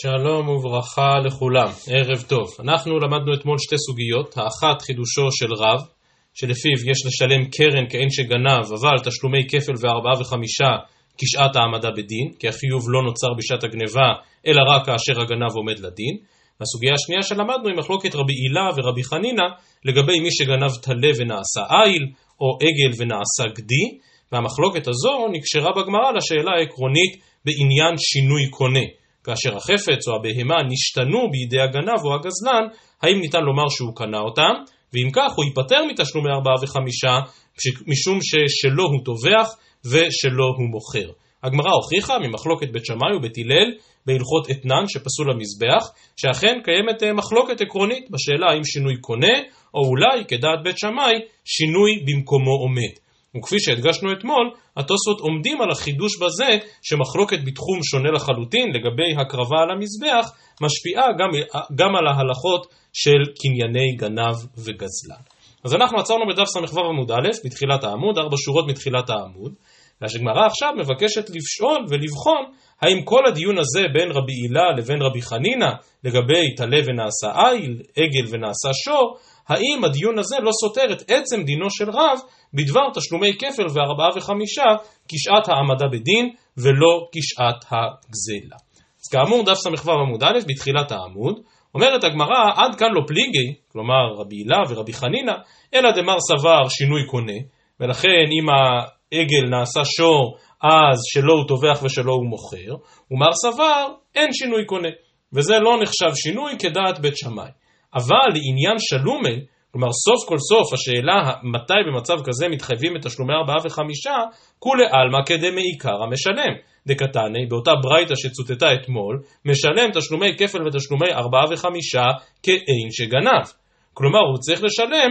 שלום וברכה לכולם, ערב טוב. אנחנו למדנו אתמול שתי סוגיות, האחת חידושו של רב, שלפיו יש לשלם קרן כאין שגנב, אבל תשלומי כפל וארבעה וחמישה כשעת העמדה בדין, כי החיוב לא נוצר בשעת הגניבה, אלא רק כאשר הגנב עומד לדין. והסוגיה השנייה שלמדנו היא מחלוקת רבי הילה ורבי חנינה, לגבי מי שגנב תלה ונעשה איל, או עגל ונעשה גדי, והמחלוקת הזו נקשרה בגמרא לשאלה העקרונית בעניין שינוי קונה. כאשר החפץ או הבהמה נשתנו בידי הגנב או הגזלן, האם ניתן לומר שהוא קנה אותם? ואם כך הוא ייפטר מתשלומי ארבעה וחמישה, משום ששלו הוא תובח ושלו הוא מוכר. הגמרא הוכיחה ממחלוקת בית שמאי ובית הלל בהלכות אתנן שפסול המזבח, שאכן קיימת מחלוקת עקרונית בשאלה האם שינוי קונה, או אולי כדעת בית שמאי שינוי במקומו עומד. וכפי שהדגשנו אתמול, התוספות עומדים על החידוש בזה שמחלוקת בתחום שונה לחלוטין לגבי הקרבה על המזבח משפיעה גם על ההלכות של קנייני גנב וגזלן. אז אנחנו עצרנו בדף ס"ו עמוד א' בתחילת העמוד, 4 שורות מתחילת העמוד, והגמרא עכשיו מבקשת לשאול ולבחון האם כל הדיון הזה בין רבי הילה לבין רבי חנינה לגבי תלה ונעשה איל, עגל ונעשה שור, האם הדיון הזה לא סותר את עצם דינו של רב בדבר תשלומי כפל וארבעה וחמישה כשעת העמדה בדין ולא כשעת הגזלה. אז כאמור דף ס"ו עמוד א' בתחילת העמוד אומרת הגמרא עד כאן לא פליגי, כלומר רבי הילה ורבי חנינה, אלא דמר סבר שינוי קונה, ולכן אם העגל נעשה שור אז שלו הוא תובח ושלו הוא מוכר, ומר סבר אין שינוי קונה, וזה לא נחשב שינוי כדעת בית שמאי. אבל לעניין שלומה, כלומר סוף כל סוף השאלה מתי במצב כזה מתחייבים את תשלומי ארבעה וחמישה, כולי עלמא כדי מעיקר המשלם. דקתני, באותה ברייתא שצוטטה אתמול, משלם תשלומי כפל ותשלומי ארבעה וחמישה כאין שגנב. כלומר הוא צריך לשלם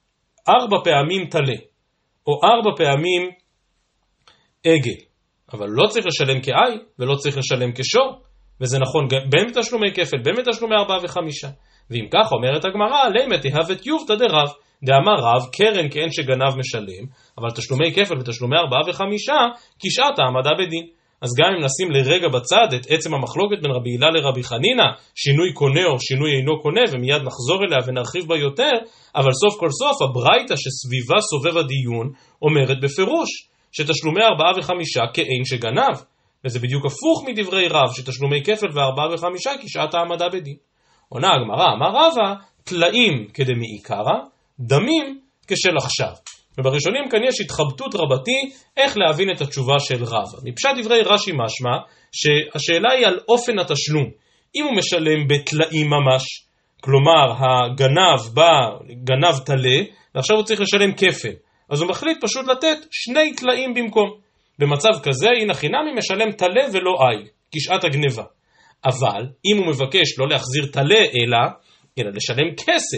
4 פעמים תלה, או 4 פעמים עגל, אבל לא צריך לשלם כאיל ולא צריך לשלם כשור, וזה נכון בין בתשלומי כפל, בין בתשלומי ארבעה וחמישה. ואם כך אומרת הגמרא, לימא תהוות יובטא דרב, דאמר רב קרן כאין שגנב משלם, אבל תשלומי כפל ותשלומי ארבעה וחמישה כשעת העמדה בדין. אז גם אם נשים לרגע בצד את עצם המחלוקת בין רבי הילה לרבי חנינה, שינוי קונה או שינוי אינו קונה, ומיד נחזור אליה ונרחיב בה יותר, אבל סוף כל סוף הברייתא שסביבה סובב הדיון אומרת בפירוש שתשלומי ארבעה וחמישה כאין שגנב, וזה בדיוק הפוך מדברי רב שתשלומי כפל וארבעה וחמישה כשעת העמדה בדין. עונה הגמרא, אמר רבא, תלאים כדמעיקרא, דמים כשל עכשיו. ובראשונים כאן יש התחבטות רבתי איך להבין את התשובה של רבא. מפשט דברי רש"י משמע שהשאלה היא על אופן התשלום. אם הוא משלם בתלאים ממש, כלומר הגנב גנב תלה, ועכשיו הוא צריך לשלם כפל, אז הוא מחליט פשוט לתת 2 תלאים במקום. במצב כזה הנה חינמי משלם תלה ולא איל, כשעת הגניבה. אבל אם הוא מבקש לא להחזיר תלה אלא לשלם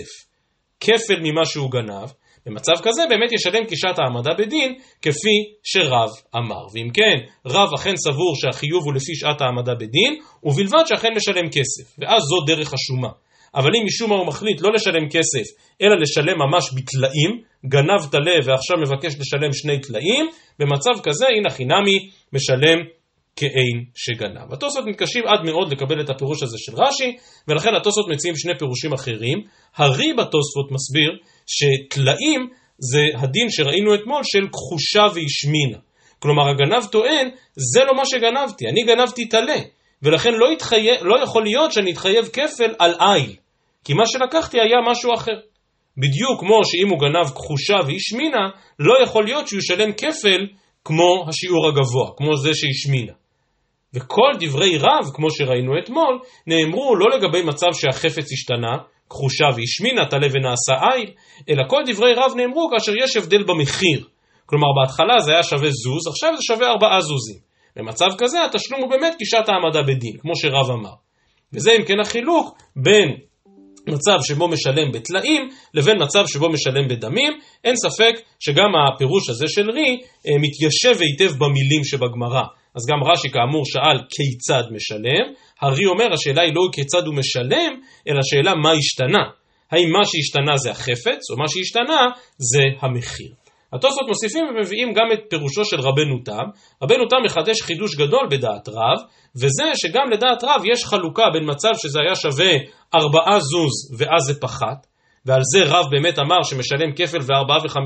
כפל ממה שהוא גנב, במצב כזה באמת ישלם כשעת העמדה בדין כפי שרב אמר. ואם כן, רב אכן סבור שהחיוב הוא לפי שעת העמדה בדין, ובלבד שאכן משלם כסף, ואז זו דרך השומה. אבל אם משום מה הוא מחליט לא לשלם כסף, אלא לשלם ממש בתלאים, גנב תלה ועכשיו מבקש לשלם 2 תלאים, במצב כזה הנה חינמי משלם כאין שגנב. התוספות מתקשים עד מאוד לקבל את הפירוש הזה של רש"י, ולכן התוספות מציעים 2 פירושים אחרים. הרי בתוספות מסביר שתלאים זה הדין שראינו אתמול של כחושה והשמינה. כלומר הגנב טוען זה לא מה שגנבתי, אני גנבתי תלה, ולכן לא יכול להיות שאני אתחייב כפל על איל, כי מה שלקחתי היה משהו אחר. בדיוק כמו שאם הוא גנב כחושה והשמינה, לא יכול להיות שהוא ישלם כפל כמו השיעור הגבוה, כמו זה שהשמינה. וכל דברי רב, כמו שראינו אתמול, נאמרו לא לגבי מצב שהחפץ השתנה, כחושה והשמינה, תלה ונעשה איל, אלא כל דברי רב נאמרו כאשר יש הבדל במחיר. כלומר בהתחלה זה היה שווה זוז, עכשיו זה שווה 4 זוזים. במצב כזה התשלום הוא באמת כשעת העמדה בדין, כמו שרב אמר. וזה אם כן החילוק בין מצב שבו משלם בתלאים לבין מצב שבו משלם בדמים. אין ספק שגם הפירוש הזה של רי מתיישב היטב במילים שבגמרא. אז גם רש"י כאמור שאל כיצד משלם, הרי אומר השאלה היא לא כיצד הוא משלם, אלא שאלה מה השתנה. האם מה שהשתנה זה החפץ או מה שהשתנה זה המחיר. התוספות מוסיפים ומביאים גם את פירושו של רבנו תם. רבנו תם מחדש חידוש גדול בדעת רב, וזה שגם לדעת רב יש חלוקה בין מצב שזה היה שווה 4 זוז ואז זה פחת, ועל זה רב באמת אמר שמשלם כפל ו4 ו5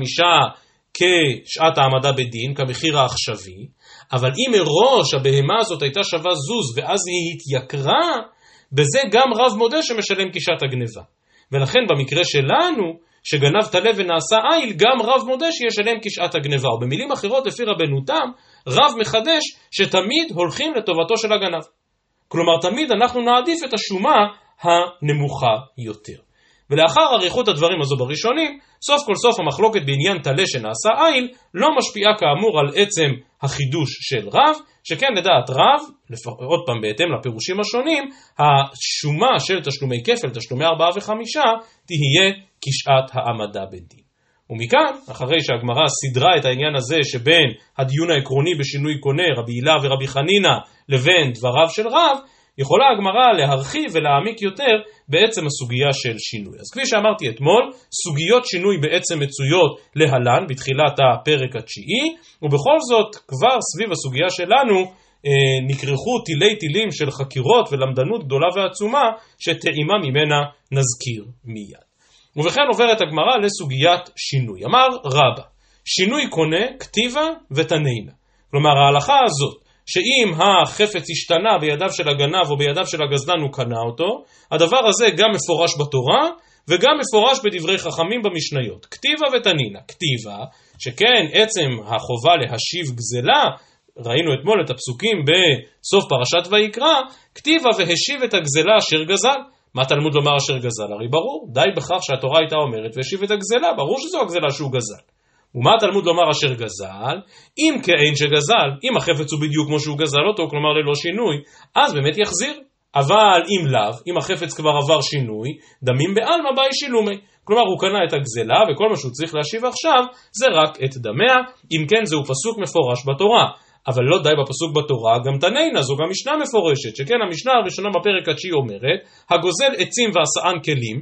כשעת העמדה בדין, כמחיר העכשווי, אבל אם מראש הבהמה הזאת הייתה שווה זוז ואז היא התייקרה, בזה גם רב מודה שמשלם כשעת הגניבה. ולכן במקרה שלנו, שגנב תלה ונעשה איל, גם רב מודה שישלם כשעת הגניבה. או במילים אחרות, לפי רבנו תם, רב מחדש שתמיד הולכים לטובתו של הגנב. כלומר, תמיד אנחנו נעדיף את השומה הנמוכה יותר. ולאחר אריכות הדברים הזו בראשונים, סוף כל סוף המחלוקת בעניין תלה שנעשה איל, לא משפיעה כאמור על עצם החידוש של רב, שכן לדעת רב, עוד פעם בהתאם לפירושים השונים, השומה של תשלומי כפל, תשלומי 4 ו5, תהיה כשעת העמדה בדין. ומכאן, אחרי שהגמרא סדרה את העניין הזה שבין הדיון העקרוני בשינוי קונה, רבי הילה ורבי חנינה, לבין דבריו של רב, יכולה הגמרא להרחיב ולהעמיק יותר בעצם הסוגיה של שינוי. אז כפי שאמרתי אתמול, סוגיות שינוי בעצם מצויות להלן בתחילת הפרק התשיעי, ובכל זאת כבר סביב הסוגיה שלנו נקרחו תילי תילים של חקירות ולמדנות גדולה ועצומה שטעימה ממנה נזכיר מיד. ובכן עוברת הגמרא לסוגיית שינוי. אמר רבא, שינוי קונה כתיבה ותנינה. כלומר ההלכה הזאת, שאם החפץ השתנה בידיו של הגנב או בידיו של הגזלן הוא קנה אותו, הדבר הזה גם מפורש בתורה וגם מפורש בדברי חכמים במשניות. כתיבה ותנינה. כתיבה, שכן עצם החובה להשיב גזלה, ראינו אתמול את הפסוקים בסוף פרשת ויקרא, כתיבה והשיב את הגזלה אשר גזל. מה תלמוד לומר אשר גזל? הרי ברור, די בכך שהתורה הייתה אומרת והשיב את הגזלה, ברור שזו הגזלה שהוא גזל. ומה תלמוד לומר אשר גזל? אם כאין שגזל, אם החפץ הוא בדיוק כמו שהוא גזל אותו, כלומר ללא שינוי, אז באמת יחזיר. אבל אם לאו, אם החפץ כבר עבר שינוי, דמים בעלמא באי שילומי. כלומר הוא קנה את הגזלה וכל מה שהוא צריך להשיב עכשיו זה רק את דמיה, אם כן זהו פסוק מפורש בתורה. אבל לא די בפסוק בתורה, גם תנינה, זו גם משנה מפורשת, שכן המשנה הראשונה בפרק התשיעי אומרת, הגוזל עצים ועשאן כלים,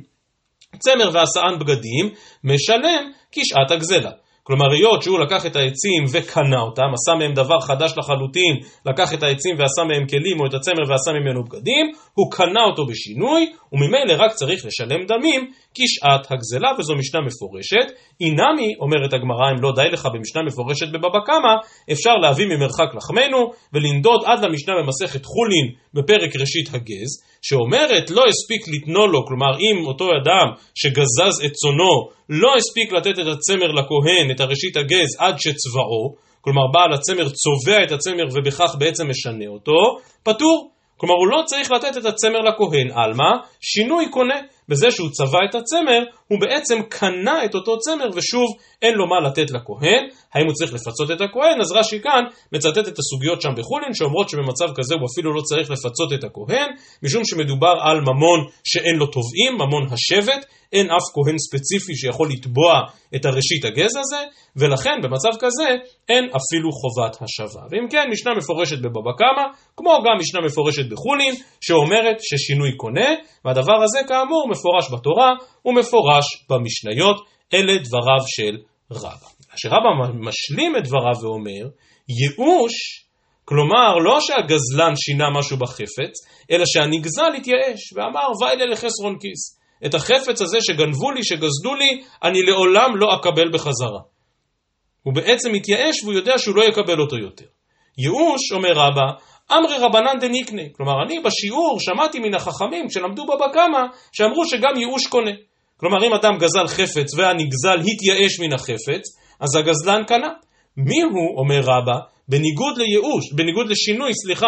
צמר ועשאן בגדים, משלם כשעת הגזלה. כלומר, היות שהוא לקח את העצים וקנה אותם, עשה מהם דבר חדש לחלוטין, לקח את העצים ועשה מהם כלים או את הצמר ועשה ממנו בגדים, הוא קנה אותו בשינוי, וממילא רק צריך לשלם דמים כשעת הגזלה, וזו משנה מפורשת. אינמי, אומרת הגמרא, אם לא די לך במשנה מפורשת בבבא קמא, אפשר להביא ממרחק לחמנו, ולנדוד עד למשנה במסכת חולין בפרק ראשית הגז, שאומרת לא הספיק לתנו לו, כלומר אם אותו אדם שגזז את צונו, לא הספיק לתת את הצמר לכהן, את הראשית הגז עד שצבעו, כלומר בעל הצמר צובע את הצמר ובכך בעצם משנה אותו, פטור. כלומר הוא לא צריך לתת את הצמר לכהן, אלמה, שינוי קונה. בזה שהוא צבע את הצמר, הוא בעצם קנה את אותו צמר ושוב אין לו מה לתת לכהן. האם הוא צריך לפצות את הכהן? אז רש"י כאן מצטט את הסוגיות שם בחולין, שאומרות שבמצב כזה הוא אפילו לא צריך לפצות את הכהן, משום שמדובר על ממון שאין לו תובעים, ממון השבט, אין אף כהן ספציפי שיכול לתבוע את הראשית הגז הזה, ולכן במצב כזה אין אפילו חובת השבה. ואם כן, משנה מפורשת בבבא קמא, כמו גם משנה מפורשת בחולין, שאומרת ששינוי קונה, והדבר הזה כאמור מפורש בתורה ומפורש במשניות. אלה דבריו של רבא. שרבא משלים את דבריו ואומר, ייאוש, כלומר לא שהגזלן שינה משהו בחפץ, אלא שהנגזל התייאש ואמר ואלה לחסרון כיס. את החפץ הזה שגנבו לי, שגזלו לי, אני לעולם לא אקבל בחזרה. הוא בעצם התייאש והוא יודע שהוא לא יקבל אותו יותר. ייאוש, אומר רבא, אמרי רבנן דניקנה. כלומר, אני בשיעור שמעתי מן החכמים שלמדו בבא קמא, שאמרו שגם ייאוש קונה. כלומר, אם אדם גזל חפץ והנגזל התייאש מן החפץ, אז הגזלן קנה. מי הוא, אומר רבא, בניגוד לייאוש, בניגוד לשינוי,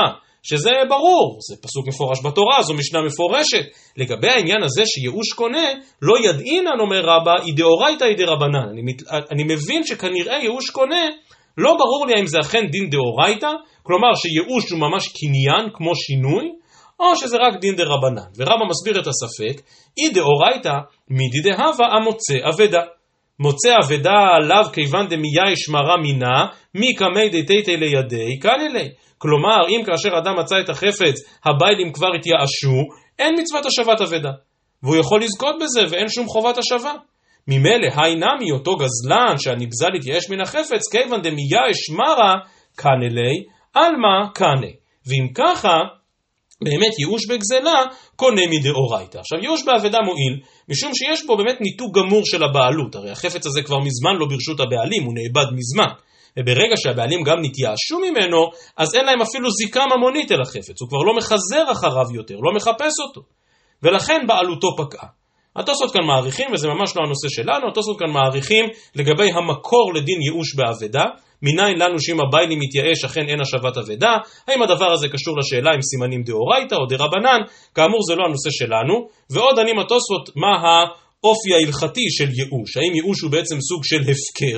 שזה ברור, זה פסוק מפורש בתורה, זו משנה מפורשת. לגבי העניין הזה שייאוש קונה, לא ידעינן, אומר רבא, אידאורייתא אידרבנן. אני מבין שכנראה ייאוש קונה, לא ברור לי האם זה אכן דין דאורייתא, כלומר שייאוש הוא ממש קניין כמו שינוי, או שזה רק דין דרבנן. ורבא מסביר את הספק, אידאורייתא מידי דהווה המוצא אבדה. מוצא אבדה עליו כיוון דמייאש מרה מינה, מי קמי דתיתי לידי, קל אלי. כלומר, אם כאשר אדם מצא את החפץ, הביילים כבר התייאשו, אין מצוות השבת אבדה. והוא יכול לזכות בזה ואין שום חובת השבה. ממילא נמי אותו גזלן שהנגזל התייאש מן החפץ, כיוון דמייאש מרא קנלי אלמה קנה. ואם ככה, באמת ייאוש בגזלה קונה מדאורייתא. עכשיו ייאוש באבדה מועיל, משום שיש בו באמת ניתוק גמור של הבעלות. הרי החפץ הזה כבר מזמן לא ברשות הבעלים, הוא נאבד מזמן. וברגע שהבעלים גם נתייאשו ממנו, אז אין להם אפילו זיקה ממונית אל החפץ. הוא כבר לא מחזר אחריו יותר, לא מחפש אותו. ולכן בעלותו פקעה. התוספות כאן מעריכים, וזה ממש לא הנושא שלנו, התוספות כאן מעריכים לגבי המקור לדין ייאוש באבדה, מניין לנו שאם הבעלים מתייאש אכן אין השבת אבדה, האם הדבר הזה קשור לשאלה עם סימנים דאורייתא או דרבנן, כאמור זה לא הנושא שלנו, ועוד דנים התוספות מה האופי ההלכתי של ייאוש, האם ייאוש הוא בעצם סוג של הפקר,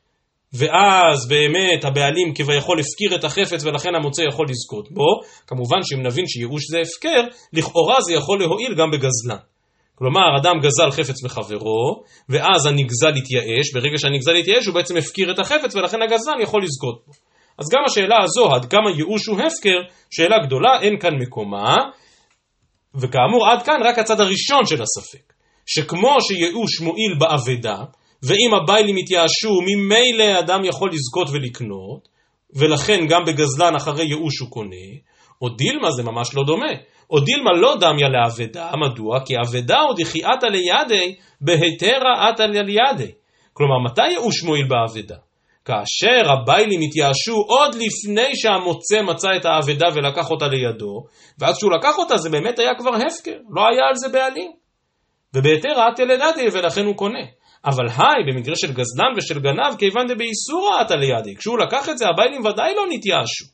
ואז באמת הבעלים כביכול הפקיר את החפץ ולכן המוצא יכול לזכות בו, כמובן שאם נבין שייאוש זה הפקר, לכאורה זה יכול להועיל גם בגזלן. כלומר, אדם גזל חפץ מחברו, ואז הנגזל התייאש, ברגע שהנגזל התייאש הוא בעצם הפקיר את החפץ, ולכן הגזלן יכול לזכות בו. אז גם השאלה הזו, עד כמה ייאוש הוא הפקר, שאלה גדולה, אין כאן מקומה, וכאמור עד כאן רק הצד הראשון של הספק, שכמו שייאוש מועיל באבדה, ואם הבעלים התייאשו, ממילא אדם יכול לזכות ולקנות, ולכן גם בגזלן אחרי ייאוש הוא קונה, או דילמה זה ממש לא דומה. או דילמה לא דמיה לאבדה, מדוע? כי אבדה עוד יחיאתה לידי, בהיתרה אתה לידי. כלומר, מתי ייאוש מועיל באבדה? כאשר הבעלים התייאשו עוד לפני שהמוצא מצא את האבדה ולקח אותה לידו, ואז כשהוא לקח אותה זה באמת היה כבר הפקר, לא היה על זה בעלים. ובהיתרה אתה לידי ולכן הוא קונה. אבל במקרה של גזלן ושל גנב, כיוון דבאיסורא אתה לידי, כשהוא לקח את זה הבעלים ודאי לא נתייאשו.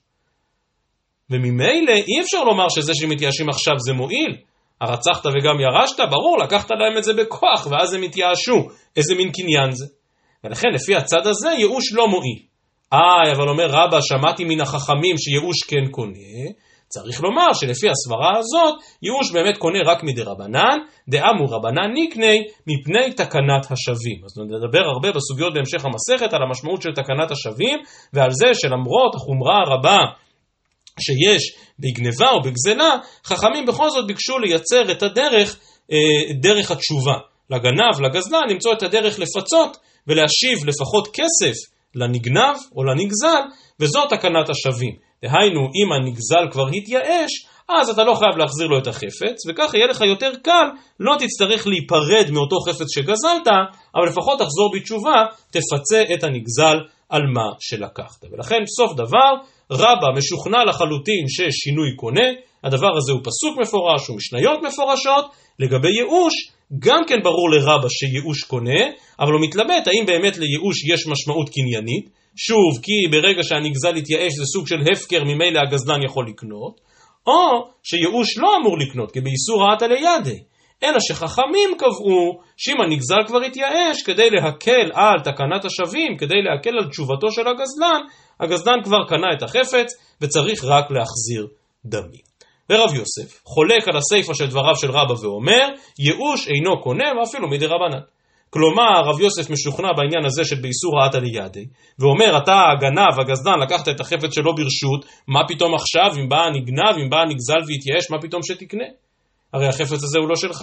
וממילא אי אפשר לומר שזה שמתייאשים עכשיו זה מועיל. הרצחת וגם ירשת, ברור, לקחת להם את זה בכוח, ואז הם התייאשו. איזה מין קניין זה? ולכן לפי הצד הזה ייאוש לא מועיל. אבל אומר רבא, שמעתי מן החכמים שייאוש כן קונה. צריך לומר שלפי הסברה הזאת, ייאוש באמת קונה רק מדרבנן, דאמור רבנן נקני מפני תקנת השבים. אז נדבר הרבה בסוגיות בהמשך המסכת על המשמעות של תקנת השבים, ועל זה שלמרות החומרה הרבה שיש בגנבה או בגזלה, חכמים בכל זאת ביקשו לייצר את הדרך, דרך התשובה. לגנב, לגזלן, למצוא את הדרך לפצות ולהשיב לפחות כסף לנגנב או לנגזל, וזאת תקנת השבים. דהיינו, אם הנגזל כבר התייאש, אז אתה לא חייב להחזיר לו את החפץ, וכך יהיה לך יותר קל, לא תצטרך להיפרד מאותו חפץ שגזלת, אבל לפחות תחזור בתשובה, תפצה את הנגזל על מה שלקחת. ולכן סוף דבר, רבא משוכנע לחלוטין ששינוי קונה, הדבר הזה הוא פסוק מפורש ומשניות מפורשות, לגבי ייאוש, גם כן ברור לרבא שייאוש קונה, אבל הוא מתלבט האם באמת לייאוש יש משמעות קניינית, שוב כי ברגע שהנגזל יתייאש זה סוג של הפקר ממילא הגזלן יכול לקנות, או שייאוש לא אמור לקנות כי באיסורא אתא לידי, אלא שחכמים קבעו שאם הנגזל כבר התייאש כדי להקל על תקנת השבים, כדי להקל על תשובתו של הגזלן, הגזלן כבר קנה את החפץ וצריך רק להחזיר דמים. ורב יוסף חולק על הסיפא של דבריו של רבא ואומר, ייאוש אינו קונה ואפילו מדרבנן. כלומר, רב יוסף משוכנע בעניין הזה של באיסורא אתא לידי, ואומר, אתה הגנב, הגזלן, לקחת את החפץ שלו ברשות, מה פתאום עכשיו, אם בא הנגנב, אם בא הנגזל והתייאש, מה פתאום שתקנה? הרי החפץ הזה הוא לא שלך.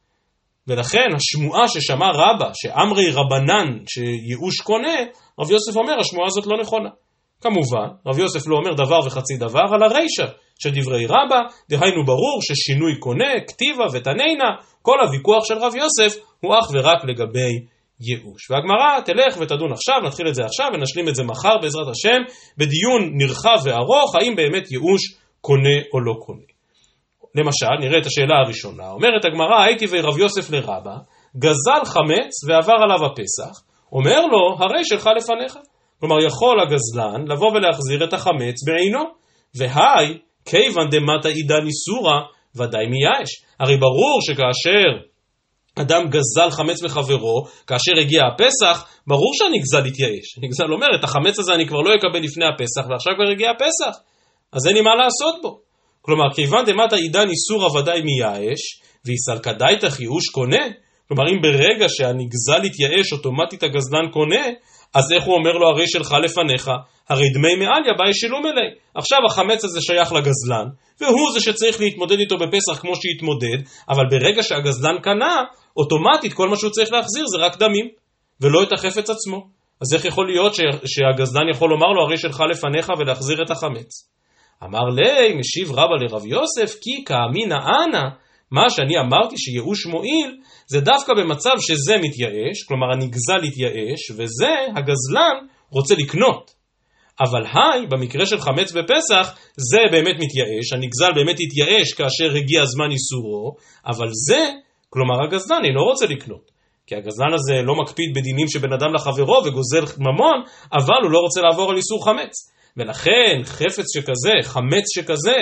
ולכן, השמועה ששמע רבא, שאמרי רבנן, שייאוש קונה, רב יוסף אומר, השמועה הזאת לא נכונה. כמובן, רב יוסף לא אומר דבר וחצי דבר על הרישא של דברי רבא, דהיינו ברור ששינוי קונה, כתיבה ותנינה, כל הוויכוח של רב יוסף הוא אך ורק לגבי ייאוש. והגמרא תלך ותדון עכשיו, נתחיל את זה עכשיו ונשלים את זה מחר בעזרת השם, בדיון נרחב וארוך, האם באמת ייאוש קונה או לא קונה. למשל, נראה את השאלה הראשונה, אומרת הגמרא, הייתי ורב יוסף לרבא, גזל חמץ ועבר עליו הפסח, אומר לו, הרי שלך לפניך. כלומר, יכול הגזלן לבוא ולהחזיר את החמץ בעינו, והי, כיוון דמטה עידן איסורא, ודאי מייאש. הרי ברור שכאשר אדם גזל חמץ מחברו, כאשר הגיע הפסח, ברור שהנגזל יתייאש. הנגזל אומר, את החמץ הזה אני כבר לא אקבל לפני הפסח, ועכשיו כבר הגיע הפסח, אז אין לי מה לעשות בו. כלומר, כיוון דמטה עידן איסורא ודאי מייאש, ויסלקא דייתך ייאוש קונה, כלומר, אם ברגע שהנגזל יתייאש, אוטומטית הגזלן קונה, אז איך הוא אומר לו הרי שלך לפניך? הרי דמי מעליה בא ישלום אלי. עכשיו החמץ הזה שייך לגזלן, והוא זה שצריך להתמודד איתו בפסח כמו שהתמודד, אבל ברגע שהגזלן קנה, אוטומטית כל מה שהוא צריך להחזיר זה רק דמים, ולא את החפץ עצמו. אז איך יכול להיות שהגזלן יכול לומר לו הרי שלך לפניך ולהחזיר את החמץ? אמר לי, משיב רבא לרב יוסף, כי כאמינא אנא, מה שאני אמרתי שייאוש מועיל, זה דווקא במצב שזה מתייאש, כלומר הנגזל התייאש, וזה הגזלן רוצה לקנות. אבל היי, במקרה של חמץ בפסח, זה באמת מתייאש, הנגזל באמת התייאש כאשר הגיע זמן איסורו, אבל זה, כלומר הגזלן אינו רוצה לקנות. כי הגזלן הזה לא מקפיד בדינים שבין אדם לחברו וגוזל ממון, אבל הוא לא רוצה לעבור על איסור חמץ. ולכן חפץ שכזה, חמץ שכזה,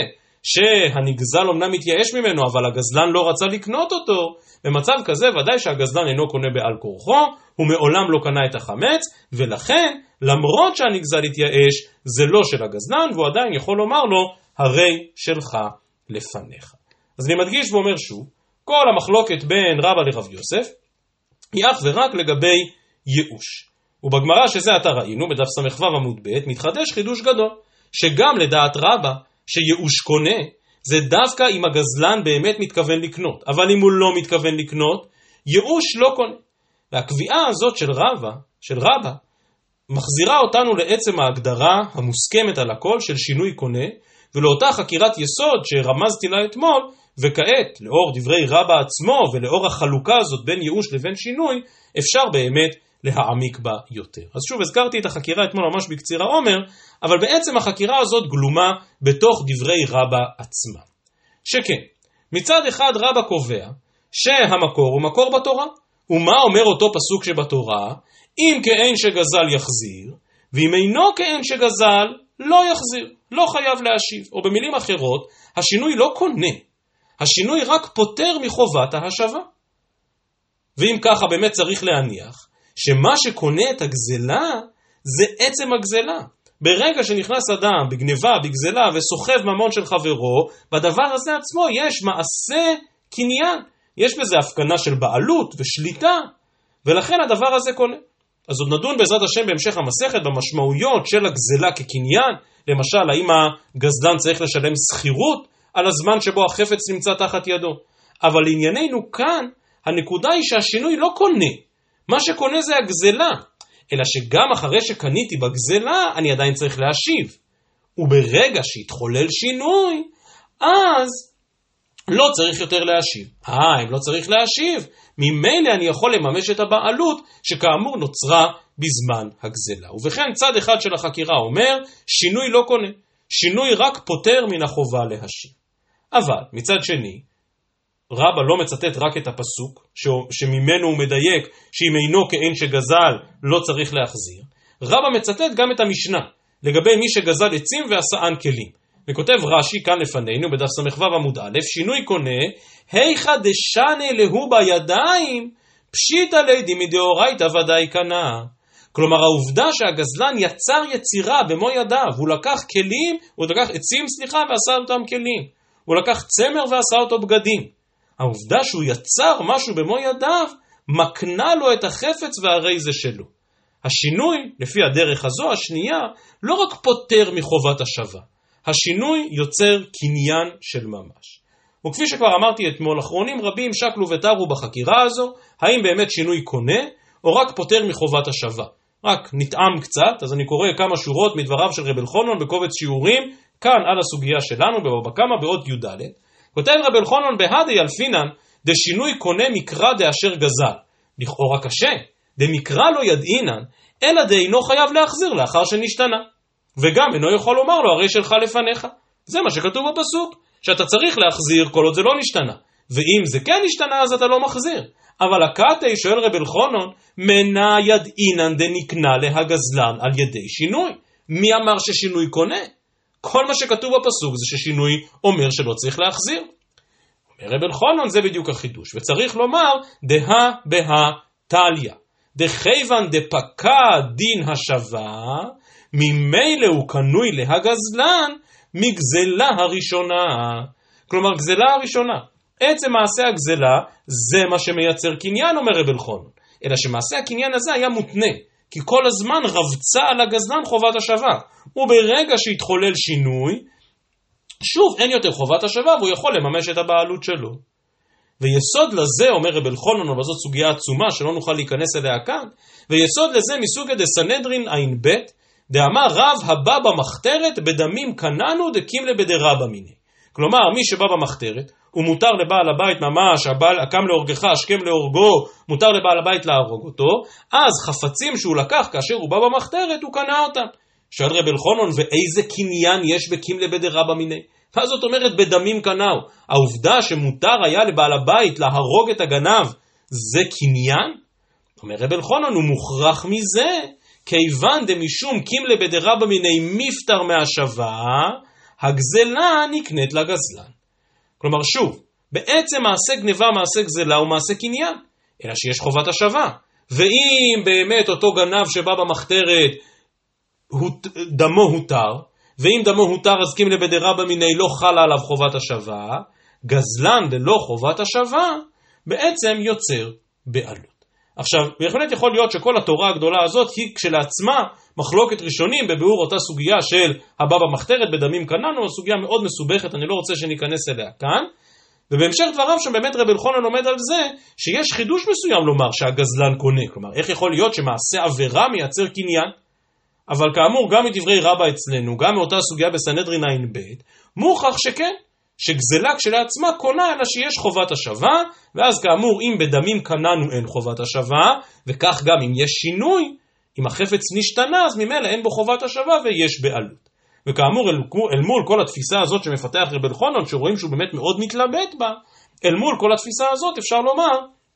שהנגזל אמנם מתייאש ממנו, אבל הגזלן לא רצה לקנות אותו, במצב כזה ודאי שהגזלן אינו קונה בעל כורחו, הוא מעולם לא קנה את החמץ, ולכן למרות שהנגזל התייאש, זה לא של הגזלן, והוא עדיין יכול לומר לו, הרי שלך לפניך. אז אני מדגיש ואומר שוב, כל המחלוקת בין רבא לרב יוסף, היא אך ורק לגבי ייאוש. ובגמרא שזה עתה ראינו, בדף ס"ו עמוד ב', מתחדש חידוש גדול, שגם לדעת רבא, שייאוש קונה, זה דווקא אם הגזלן באמת מתכוון לקנות. אבל אם הוא לא מתכוון לקנות, ייאוש לא קונה. והקביעה הזאת של רבא, מחזירה אותנו לעצם ההגדרה המוסכמת על הכל של שינוי קונה, ולאותה חקירת יסוד שרמזתי לה אתמול, וכעת, לאור דברי רבא עצמו, ולאור החלוקה הזאת בין ייאוש לבין שינוי, אפשר באמת להעמיק בה יותר. אז שוב, הזכרתי את החקירה אתמול ממש בקציר העומר, אבל בעצם החקירה הזאת גלומה בתוך דברי רבא עצמה. שכן, מצד אחד רבא קובע שהמקור הוא מקור בתורה. ומה אומר אותו פסוק שבתורה? אם כאין שגזל יחזיר, ואם אינו כאין שגזל לא יחזיר, לא חייב להשיב. או במילים אחרות, השינוי לא קונה, השינוי רק פותר מחובת ההשבה. ואם ככה באמת צריך להניח, שמה שקונה את הגזלה זה עצם הגזלה. ברגע שנכנס אדם בגניבה, בגזלה וסוחב ממון של חברו, בדבר הזה עצמו יש מעשה קניין. יש בזה הפקנה של בעלות ושליטה, ולכן הדבר הזה קונה. אז עוד נדון בעזרת השם בהמשך המסכת במשמעויות של הגזלה כקניין, למשל האם הגזלן צריך לשלם שכירות על הזמן שבו החפץ נמצא תחת ידו. אבל לענייננו כאן, הנקודה היא שהשינוי לא קונה. מה שקונה זה הגזלה, אלא שגם אחרי שקניתי בגזלה, אני עדיין צריך להשיב. וברגע שהתחולל שינוי, אז לא צריך יותר להשיב. אם לא צריך להשיב, ממילא אני יכול לממש את הבעלות שכאמור נוצרה בזמן הגזלה. ובכן צד אחד של החקירה אומר, שינוי לא קונה, שינוי רק פותר מן החובה להשיב. אבל מצד שני, רבא לא מצטט רק את הפסוק, שממנו הוא מדייק שאם אינו כאין שגזל לא צריך להחזיר. רבא מצטט גם את המשנה, לגבי מי שגזל עצים ועשאן כלים. וכותב רש"י כאן לפנינו, בדף ס"ו עמוד א', שינוי קונה, היכא דשנה להו בידיים, פשיטא לידי מדאורייתא ודאי קנה. כלומר העובדה שהגזלן יצר יצירה במו ידיו, הוא לקח עצים ועשה אותם כלים. הוא לקח צמר ועשה אותו בגדים. העובדה שהוא יצר משהו במו ידיו, מקנה לו את החפץ והרי זה שלו. השינוי, לפי הדרך הזו השנייה, לא רק פותר מחובת השבה, השינוי יוצר קניין של ממש. וכפי שכבר אמרתי אתמול, אחרונים רבים שקלו ותרו בחקירה הזו, האם באמת שינוי קונה, או רק פותר מחובת השבה. רק נטעם קצת, אז אני קורא כמה שורות מדבריו של רבי אלחנון בקובץ שיעורים, כאן על הסוגיה שלנו, בבבא קמא באות י"ד. כותב רבי אלחנון בהדי אלפינן, דשינוי קונה מקרא דאשר גזל. לכאורה קשה, דמקרא לא ידעינן, אלא דאינו חייב להחזיר לאחר שנשתנה. וגם אינו יכול לומר לו הרי שלך לפניך. זה מה שכתוב בפסוק, שאתה צריך להחזיר כל עוד זה לא נשתנה. ואם זה כן נשתנה אז אתה לא מחזיר. אבל הקטעי שואל רבי אלחנון, מנה ידעינן דנקנה להגזלן על ידי שינוי. מי אמר ששינוי קונה? כל מה שכתוב בפסוק זה ששינוי אומר שלא צריך להחזיר. אומר רבי אלחנון זה בדיוק החידוש, וצריך לומר דה בהא תליא, דכיוון דפקע דין השבה, ממילא הוא קנוי להגזלן מגזלה הראשונה. כלומר גזלה הראשונה, עצם מעשה הגזלה זה מה שמייצר קניין, אומר רבי אלחנון, אלא שמעשה הקניין הזה היה מותנה, כי כל הזמן רבצה על הגזלן חובת השווה. וברגע שהתחולל שינוי, שוב אין יותר חובת השווה, והוא יכול לממש את הבעלות שלו. ויסוד לזה, אומר רב אלחנן, וזאת סוגיה עצומה שלא נוכל להיכנס אליה כאן, ויסוד לזה מסוגא דסנהדרין עין ב' דאמר רב הבא במחתרת בדמים קננו דקימלה בדרבא מיני. כלומר, מי שבא במחתרת, הוא מותר לבעל הבית ממש, הבעל הקם להורגך, השכם להורגו, מותר לבעל הבית להרוג אותו, אז חפצים שהוא לקח כאשר הוא בא במחתרת, הוא קנה אותם. שואל רב אלחנן, ואיזה קניין יש בקימלה בדרבא מיני? מה זאת אומרת בדמים קנאו? העובדה שמותר היה לבעל הבית להרוג את הגנב, זה קניין? אומר רב אלחנן, הוא מוכרח מזה, כיוון דמשום קימלה בדרבא מיני מפטר מהשווה, הגזלה נקנית לגזלן. כלומר שוב, בעצם מעשה גניבה, מעשה גזלה הוא מעשה קניין, אלא שיש חובת השווה. ואם באמת אותו גנב שבא במחתרת דמו הותר, ואם דמו הותר אז קימלה בדרבא מיני לא חלה עליו חובת השווה, גזלן ללא חובת השווה בעצם יוצר בעלות. עכשיו, בהחלט יכול להיות שכל התורה הגדולה הזאת היא כשלעצמה מחלוקת ראשונים בביאור אותה סוגיה של הבא במחתרת בדמים קננו, סוגיה מאוד מסובכת, אני לא רוצה שניכנס אליה כאן, ובהמשך דבריו שם באמת רב אלחנן עומד על זה שיש חידוש מסוים לומר שהגזלן קונה, כלומר איך יכול להיות שמעשה עבירה מייצר קניין, אבל כאמור גם מדברי רבא אצלנו, גם מאותה סוגיה בסנהדרין עין ב' מוכח שכן, שגזלה כשלעצמה קונה אלא שיש חובת השווה, ואז כאמור אם בדמים קננו אין חובת השווה, וכך גם אם יש שינוי, אם החפץ נשתנה אז ממילא אין בו חובת השווה ויש בעלות. וכאמור אל מול כל התפיסה הזאת שמפתח רב אלחנן, שרואים שהוא באמת מאוד מתלבט בה, אל מול כל התפיסה הזאת אפשר לומר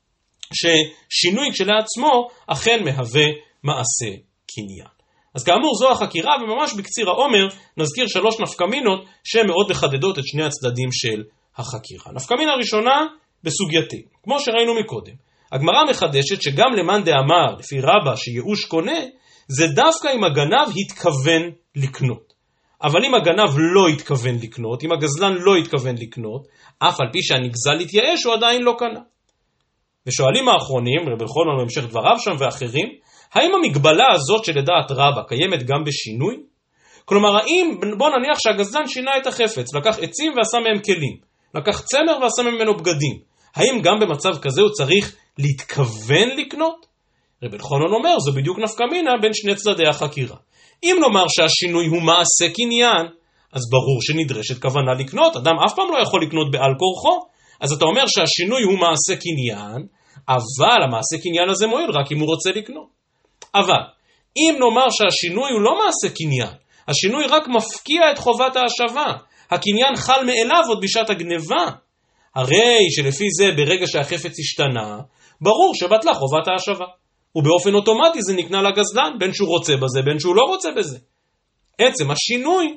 ששינוי כשלעצמו אכן מהווה מעשה קניין. אז כאמור זו החקירה, וממש בקציר העומר נזכיר 3 נפקמינות שהן מאוד מחדדות את שני הצדדים של החקירה. נפקמינה הראשונה בסוגייתנו, כמו שראינו מקודם. הגמרא מחדשת שגם למאן דאמר לפי רבא שייאוש קונה, זה דווקא אם הגנב התכוון לקנות. אבל אם הגנב לא התכוון לקנות, אם הגזלן לא התכוון לקנות, אף על פי שהנגזל התייאש הוא עדיין לא קנה. ושואלים האחרונים, רב אלחנן בהמשך דבריו שם ואחרים, האם המגבלה הזאת שלדעת רבא קיימת גם בשינוי? כלומר, האם, בוא נניח שהגזלן שינה את החפץ, לקח עצים ועשה מהם כלים, לקח צמר ועשה ממנו בגדים, האם גם במצב כזה הוא צריך להתכוון לקנות? רב אלחנן אומר, זו בדיוק נפקמינה בין שני צדדי החקירה. אם נאמר שהשינוי הוא מעשה קניין, אז ברור שנדרשת כוונה לקנות, אדם אף פעם לא יכול לקנות בעל כורחו, אז אתה אומר שהשינוי הוא מעשה קניין, אבל המעשה קניין הזה מועיל רק אם הוא רוצה לקנות. אבל אם נאמר שהשינוי הוא לא מעשה קניין, השינוי רק מפקיע את חובת ההשבה, הקניין חל מאליו עוד בשעת הגניבה, הרי שלפי זה ברגע שהחפץ השתנה, ברור שבטלה חובת ההשבה, ובאופן אוטומטי זה נקנה לגזלן, בין שהוא רוצה בזה, בין שהוא לא רוצה בזה. עצם השינוי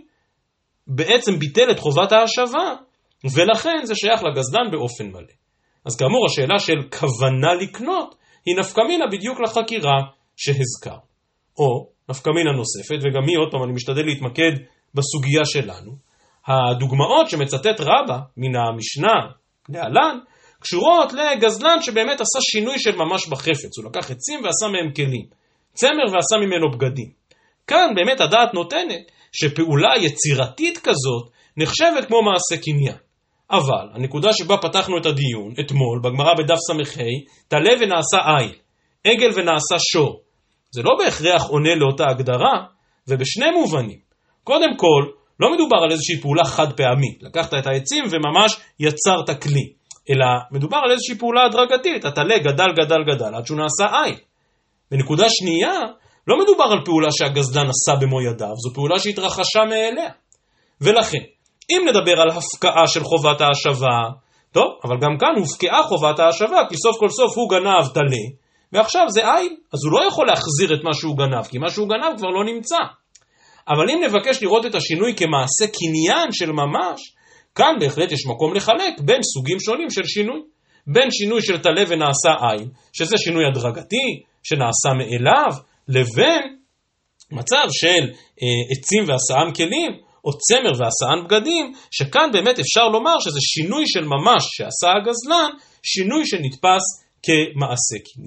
בעצם ביטל את חובת ההשבה, ולכן זה שייך לגזלן באופן מלא. אז כאמור השאלה של כוונה לקנות, היא נפקמינה בדיוק לחקירה שהזכר. או נפקמינה נוספת, וגם היא עוד פעם אני משתדל להתמקד בסוגיה שלנו, הדוגמאות שמצטט רבא מן המשנה להלן, קשורות לגזלן שבאמת עשה שינוי של ממש בחפץ, הוא לקח עצים ועשה מהם כלים, צמר ועשה ממנו בגדים. כאן באמת הדעת נותנת שפעולה יצירתית כזאת נחשבת כמו מעשה קניין. אבל הנקודה שבה פתחנו את הדיון אתמול בגמרא בדף סמכי, תלה ונעשה איל, עגל ונעשה שור, זה לא בהכרח עונה לאותה הגדרה, ובשני מובנים. קודם כל, לא מדובר על איזושהי פעולה חד פעמית, לקחת את העצים וממש יצרת כלי, אלא מדובר על איזושהי פעולה הדרגתית, התלה גדל גדל גדל עד שהוא נעשה איל. בנקודה שנייה, לא מדובר על פעולה שהגזלן עשה במו ידיו, זו פעולה שהתרחשה מאליה. ולכן, אם נדבר על הפקעה של חובת ההשבה, טוב, אבל גם כאן הופקעה חובת ההשבה, כי סוף כל סוף הוא גנב תלה, ועכשיו זה איל, אז הוא לא יכול להחזיר את מה שהוא גנב, כי מה שהוא גנב כבר לא נמצא. אבל אם נבקש לראות את השינוי כמעשה קניין של ממש, כאן בהחלט יש מקום לחלק בין סוגים שונים של שינוי. בין שינוי של תלה ונעשה איל, שזה שינוי הדרגתי, שנעשה מאליו, לבין מצב של עצים ועשאם כלים, או צמר ועשאן בגדים, שכאן באמת אפשר לומר שזה שינוי של ממש שעשה הגזלן, שינוי שנתפס כמעשה קניין.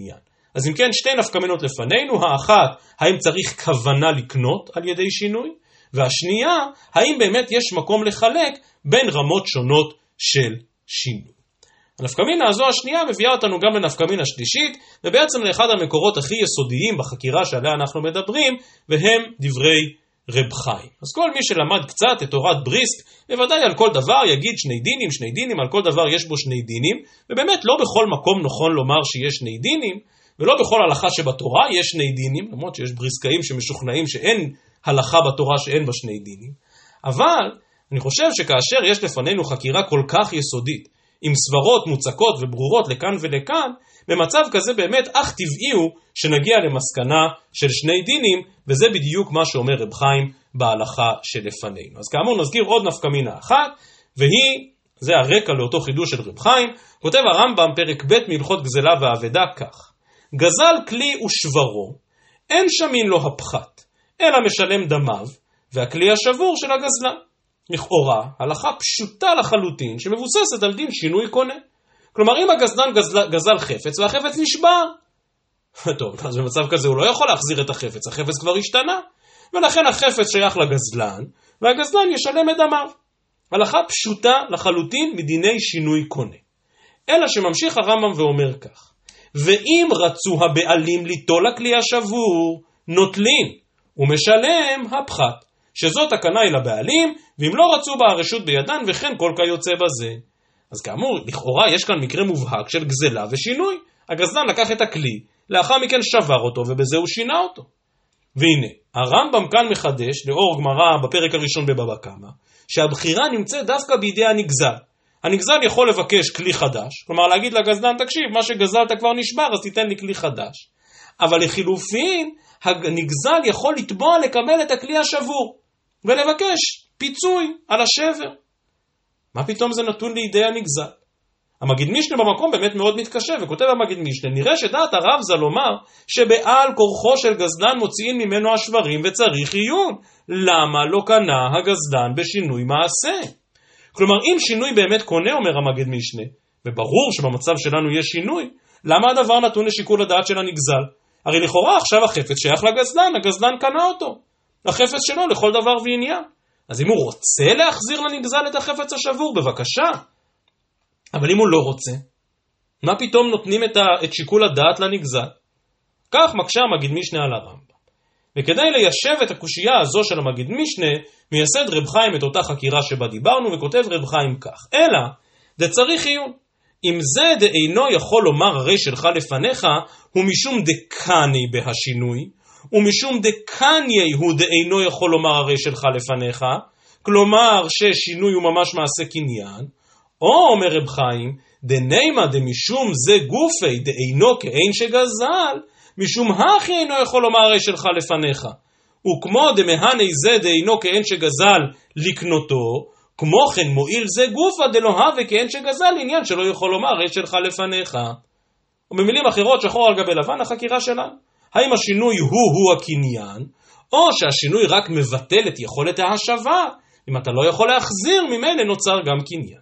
אז אם כן, שתי נפקמינות לפנינו, האחת, האם צריך כוונה לקנות על ידי שינוי, והשנייה, האם באמת יש מקום לחלק בין רמות שונות של שינוי. הנפקמינה הזו השנייה מביאה אותנו גם לנפקמינה שלישית, ובעצם לאחד המקורות הכי יסודיים בחקירה שעליה אנחנו מדברים, והם דברי רב חיים. אז כל מי שלמד קצת את תורת בריסק, בוודאי על כל דבר יגיד שני דינים, על כל דבר יש בו שני דינים, ובאמת לא בכל מקום נכון לומר שיש שני דינים, ולא בכל הלכה שבתורה יש שני דינים, למרות שיש בריסקאים שמשוכנעים שאין הלכה בתורה שאין בה שני דינים, אבל אני חושב שכאשר יש לפנינו חקירה כל כך יסודית, עם סברות מוצקות וברורות לכאן ולכאן, במצב כזה באמת אך טבעי הוא שנגיע למסקנה של שני דינים, וזה בדיוק מה שאומר רב חיים בהלכה שלפנינו. אז כאמור נזכיר עוד נפקמינה אחת, זה הרקע לאותו חידוש של רב חיים. כותב הרמב"ם פרק ב' מהלכות גזלה ואבדה כך: גזל כלי ושברו, אין שמין לו הפחת, אלא משלם דמיו, והכלי השבור של הגזלן. לכאורה, הלכה פשוטה לחלוטין, שמבוססת על דין שינוי קונה. כלומר, אם הגזלן גזל חפץ, והחפץ נשבר, טוב, אז במצב כזה הוא לא יכול להחזיר את החפץ, החפץ כבר השתנה, ולכן החפץ שייך לגזלן, והגזלן ישלם את דמיו. הלכה פשוטה לחלוטין מדיני שינוי קונה. אלא שממשיך הרמב"ם ואומר כך: ואם רצו הבעלים ליטול הכלי השבור, נוטלין, ומשלם הפחת, שזאת תקנה היא לבעלים, ואם לא רצו בה הרשות בידן, וכן כל כיוצא בזה. אז כאמור, לכאורה יש כאן מקרה מובהק של גזלה ושינוי. הגזלן לקח את הכלי, לאחר מכן שבר אותו, ובזה הוא שינה אותו. והנה, הרמב"ם כאן מחדש, לאור גמרא בפרק הראשון בבבא קמא, שהבחירה נמצאת דווקא בידי הנגזל. הנגזל יכול לבקש כלי חדש, כלומר להגיד לגזלן, תקשיב, מה שגזלת כבר נשבר, אז תיתן לי כלי חדש. אבל לחילופין, הנגזל יכול לתבוע לקבל את הכלי השבור, ולבקש פיצוי על השבר. מה פתאום זה נתון לידי הנגזל? המגיד משנה במקום באמת מאוד מתקשה, וכותב המגיד משנה, נראה שדעת הרב ז"ל לומר שבעל כורחו של גזלן מוציאים ממנו השברים וצריך עיון. למה לא קנה הגזלן בשינוי מעשה? כלומר, אם שינוי באמת קונה, אומר המגיד משנה, וברור שבמצב שלנו יש שינוי, למה הדבר נתון לשיקול הדעת של הנגזל? הרי לכאורה עכשיו החפץ שייך לגזלן, הגזלן קנה אותו. החפץ שלו לכל דבר ועניין. אז אם הוא רוצה להחזיר לנגזל את החפץ השבור, בבקשה. אבל אם הוא לא רוצה, מה פתאום נותנים את שיקול הדעת לנגזל? כך מקשה המגיד משנה על הרמב"ם. וכדי ליישב את הקושייה הזו של המגיד משנה, מייסד רב חיים את אותה חקירה שבה דיברנו, וכותב רב חיים כך: אלא, דצריך עיון. אם זה דאינו יכול לומר הרי שלך לפניך, הוא משום דקני בהשינוי, ומשום דקניה הוא דאינו יכול לומר הרי שלך לפניך, כלומר ששינוי הוא ממש מעשה קניין, או אומר רב חיים, דנימה דמשום זה גופי דאינו כאין שגזל, משום הכי אינו יכול לומר הרי שלך לפניך, וכמו דמהני זה דאינו כאין שגזל לקנותו, כמו כן מועיל זה גופה דלא הווה כאין שגזל, עניין שלא יכול לומר הרי שלך לפניך. ובמילים אחרות, שחור על גבי לבן, החקירה שלנו, האם השינוי הוא הקניין, או שהשינוי רק מבטל את יכולת ההשבה? אם אתה לא יכול להחזיר, ממילא נוצר גם קניין.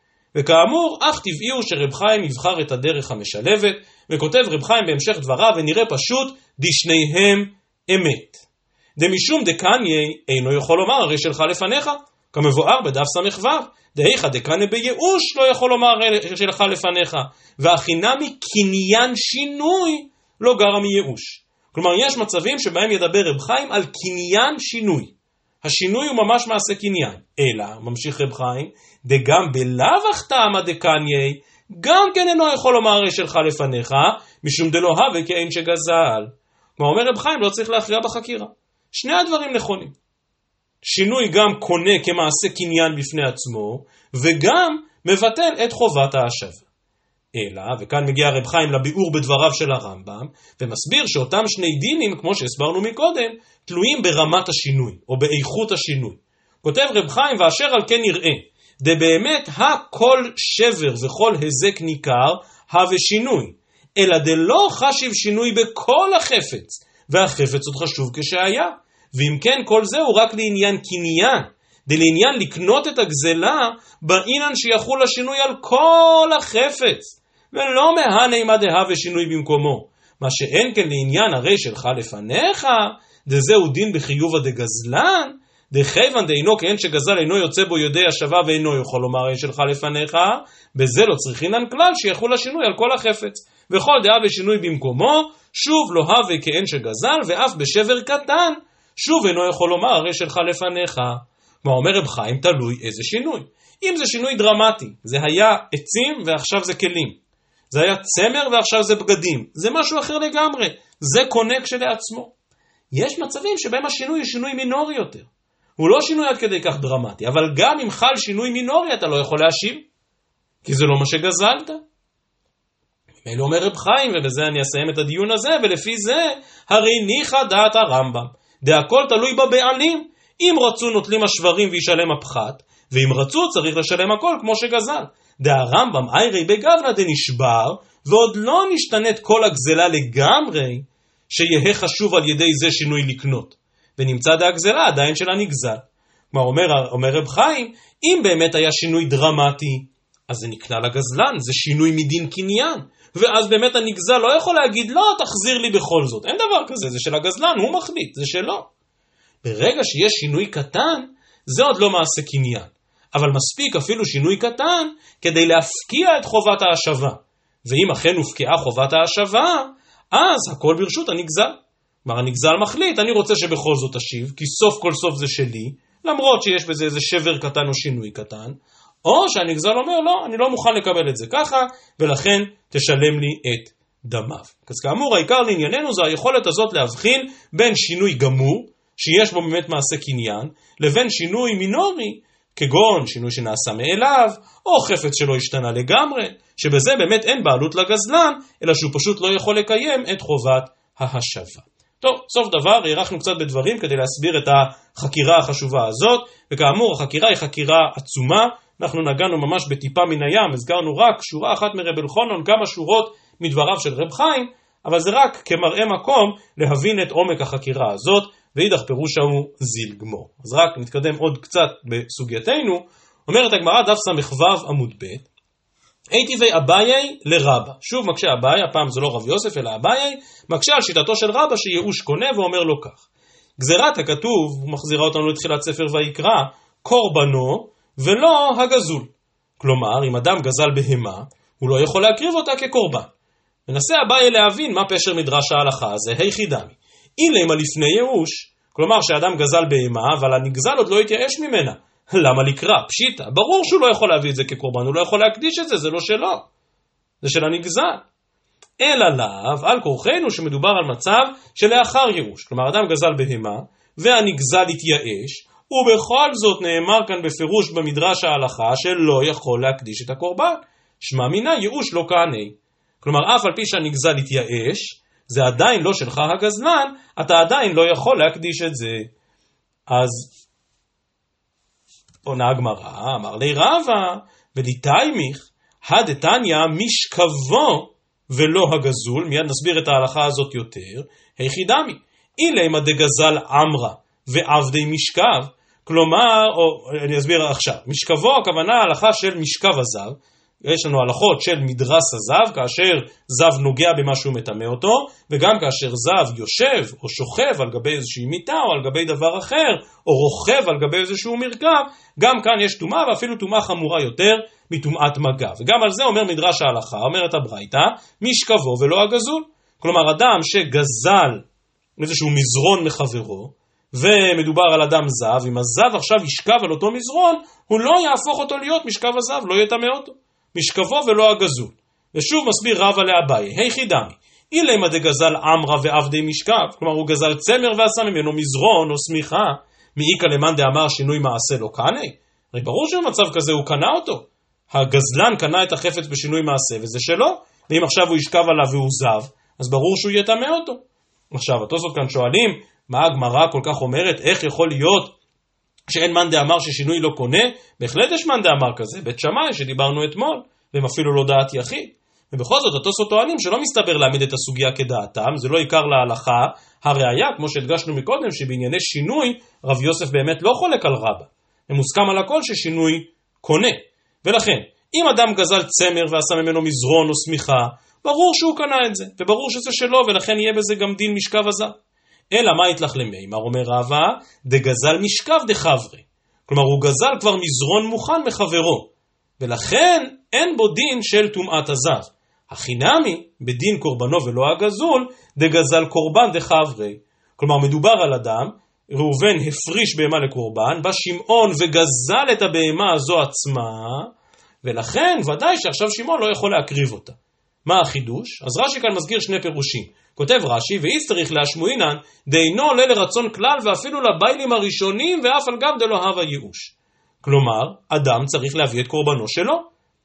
וכאמור, אך טבעי הוא שרב חיים יבחר את הדרך המשלבת, וכותב רב חיים בהמשך דבריו, ונראה פשוט, דשניהם אמת. דמשום דקניה אינו יכול לומר הרי שלך לפניך, כמבואר בדף ס"ו, דאיכא דקניה בייאוש לא יכול לומר הרי שלך לפניך, והחינמי קניין שינוי לא גרע מייאוש. כלומר, יש מצבים שבהם ידבר רב חיים על קניין שינוי. השינוי הוא ממש מעשה קניין. אלא, ממשיך רב חיים, דגם בלאו אחתמא דקניה, גם כן אינו יכול לומר הרי שלך לפניך, משום דלא הווה כאין שגזל. כלומר, אומר רב חיים, לא צריך להכריע בחקירה. שני הדברים נכונים. שינוי גם קונה כמעשה קניין בפני עצמו, וגם מבטל את חובת ההשבה. אלא, וכאן מגיע רב חיים לביאור בדבריו של הרמב"ם, ומסביר שאותם שני דינים, כמו שהסברנו מקודם, תלויים ברמת השינוי, או באיכות השינוי. כותב רב חיים, ואשר על כן נראה, דבאמת הכל שבר וכל הזק ניכר, הווה שינוי, אלא דלא חשיב שינוי בכל החפץ, והחפץ עוד חשוב כשהיה, ואם כן כל זה הוא רק לעניין קניין, דלעניין לקנות את הגזלה, בעינן שיחול השינוי על כל החפץ, ולא מהנה מה דהווה שינוי במקומו. מה שאין כן לעניין הרי שלך לפניך, דזהו דין בחיובה דגזלן, דחייבן דאינו כאין שגזל אינו יוצא בו יודע שווה ואינו יכול לומר הרי שלך לפניך, בזה לא צריכינן כלל שיחול השינוי על כל החפץ. וכל דעה ושינוי במקומו, שוב לא הווה כאין שגזל, ואף בשבר קטן, שוב אינו יכול לומר הרי שלך לפניך. מה אומר רב חיים? תלוי איזה שינוי. אם זה שינוי דרמטי, זה היה עצים ועכשיו זה כלים. זה היה צמר ועכשיו זה בגדים. זה משהו אחר לגמרי. זה קונה כשלעצמו. יש מצבים שבהם השינוי הוא שינוי מינורי יותר. הוא לא שינוי עד כדי כך דרמטי, אבל גם אם חל שינוי מינורי אתה לא יכול להשיב, כי זה לא מה שגזלת. מילא אומר רב חיים, ובזה אני אסיים את הדיון הזה, ולפי זה, הרי ניחא דעת הרמב"ם, דהכל תלוי בבעלים, אם רצו נוטלים השברים וישלם הפחת, ואם רצו צריך לשלם הכל כמו שגזל. דהרמב"ם איירי בגבנה דנשבר, ועוד לא נשתנית כל הגזלה לגמרי, שיהיה חשוב על ידי זה שינוי לקנות. ונמצא דהגזלה עדיין של הנגזל. מה אומר רב חיים, אם באמת היה שינוי דרמטי, אז זה נקנה לגזלן, זה שינוי מדין קניין. ואז באמת הנגזל לא יכול להגיד, לא, תחזיר לי בכל זאת. אין דבר כזה, זה של הגזלן, הוא מחליט, זה שלו. ברגע שיש שינוי קטן, זה עוד לא מעשה קניין. אבל מספיק אפילו שינוי קטן, כדי להפקיע את חובת ההשבה. ואם אכן הופקעה חובת ההשבה, אז הכל ברשות הנגזל. כלומר, הנגזל מחליט, אני רוצה שבכל זאת תשיב, כי סוף כל סוף זה שלי, למרות שיש בזה איזה שבר קטן או שינוי קטן, או שהנגזל אומר, לא, אני לא מוכן לקבל את זה ככה, ולכן תשלם לי את דמיו. אז כאמור, העיקר לענייננו זה היכולת הזאת להבחין בין שינוי גמור, שיש בו באמת מעשה קניין, לבין שינוי מינורי, כגון שינוי שנעשה מאליו, או חפץ שלא השתנה לגמרי, שבזה באמת אין בעלות לגזלן, אלא שהוא פשוט לא יכול לקיים את חובת ההשבה. טוב, סוף דבר, הערכנו קצת בדברים כדי להסביר את החקירה החשובה הזאת, וכאמור, החקירה היא חקירה עצומה, אנחנו נגענו ממש בטיפה מן הים, הזכרנו רק שורה אחת מרב אלחנון, כמה שורות מדבריו של רב חיים, אבל זה רק כמראה מקום להבין את עומק החקירה הזאת, ואידך פירושה הוא זיל גמור. אז רק נתקדם עוד קצת בסוגייתנו, אומרת הגמרא דף ס"ו עמוד ב', היטיבי אביי לרבא. שוב מקשה אביי, הפעם זה לא רב יוסף אלא אביי, מקשה על שיטתו של רבא שייאוש קונה ואומר לו כך. גזירת הכתוב, הוא מחזירה אותנו לתחילת ספר ויקרא, קורבנו ולא הגזול. כלומר, אם אדם גזל בהמה, הוא לא יכול להקריב אותה כקורבן. מנסה אביי להבין מה פשר מדרש ההלכה הזה, היכי דמי. אילמה לפני ייאוש, כלומר שאדם גזל בהמה, אבל הנגזל עוד לא התייאש ממנה. למה לקרא? פשיטה. ברור שהוא לא יכול להביא את זה כקורבן, הוא לא יכול להקדיש את זה, זה לא שלו. זה של הנגזל. אלא לאו, על כורחנו שמדובר על מצב שלאחר ייאוש. כלומר, אדם גזל בהמה, והנגזל התייאש, ובכל זאת נאמר כאן בפירוש במדרש ההלכה שלא יכול להקדיש את הקורבן. שמע מינה ייאוש לא כעני. כלומר, אף על פי שהנגזל התייאש, זה עדיין לא שלך הגזלן, אתה עדיין לא יכול להקדיש את זה. אז עונה הגמרא, אמר לי רבא, וליטיימיך, הדתניא משכבו ולא הגזול, מיד נסביר את ההלכה הזאת יותר, היכי דמי, אילמה דגזל עמרה ועבדי משכב, כלומר, אני אסביר עכשיו, משכבו הכוונה ההלכה של משכב הזב, יש לנו הלכות של מדרס הזב, כאשר זב נוגע במשהו מטמא אותו, וגם כאשר זב יושב או שוכב על גבי איזושהי מיטה או על גבי דבר אחר, או רוכב על גבי איזשהו מרכב, גם כאן יש טומאה ואפילו טומאה חמורה יותר מטומאת מגע. וגם על זה אומר מדרש ההלכה, אומרת הברייתא, משכבו ולא הגזול. כלומר, אדם שגזל איזשהו מזרון מחברו, ומדובר על אדם זב, אם הזב עכשיו ישכב על אותו מזרון, הוא לא יהפוך אותו להיות משכב הזב, לא יטמא אותו. משכבו ולא הגזול. ושוב מסביר רבא לאביי, היכי דמי, אילמה דגזל עמרה ועבדי משכב, כלומר הוא גזל צמר ועשה ממנו מזרון או סמיכה, מאיקה למאן דאמר שינוי מעשה לא קנה? הרי ברור שבמצב כזה הוא קנה אותו. הגזלן קנה את החפץ בשינוי מעשה וזה שלו, ואם עכשיו הוא ישכב עליו והוא זב, אז ברור שהוא יטמא אותו. עכשיו, התוספות כאן שואלים, מה הגמרא כל כך אומרת, איך יכול להיות שאין מאן דאמר ששינוי לא קונה? בהחלט יש מאן דאמר כזה, בית שמאי שדיברנו אתמול, והם אפילו לא דעת יחיד. ובכל זאת, התוספות טוענים שלא מסתבר להעמיד את הסוגיה כדעתם, זה לא עיקר להלכה, הראיה, כמו שהדגשנו מקודם, שבענייני שינוי, רב יוסף באמת לא חולק על רבא. הם מוסכם על הכל ששינוי קונה. ולכן, אם אדם גזל צמר ועשה ממנו מזרון או סמיכה, ברור שהוא קנה את זה, וברור שזה שלו, ולכן יהיה בזה גם דין משכב הזר. אלא מה יתלך למימר, אומר רבא, דגזל משכב דחברי. כלומר, הוא גזל כבר מזרון מוכן מחברו, ולכן אין בו דין של טומאת הזר. החינמי, בדין קורבנו ולא הגזול, דגזל קורבן דחברי. כלומר, מדובר על אדם, ראובן הפריש בהמה לקורבן, בא שמעון וגזל את הבהמה הזו עצמה, ולכן ודאי שעכשיו שמעון לא יכול להקריב אותה. מה החידוש? אז רש"י כאן מזכיר שני פירושים. כותב רש"י, ואיס צריך להשמועינן, דאינו עולה לרצון כלל ואפילו לביילים הראשונים, ואף על גב דלא הווה ייאוש. כלומר, אדם צריך להביא את קורבנו שלו.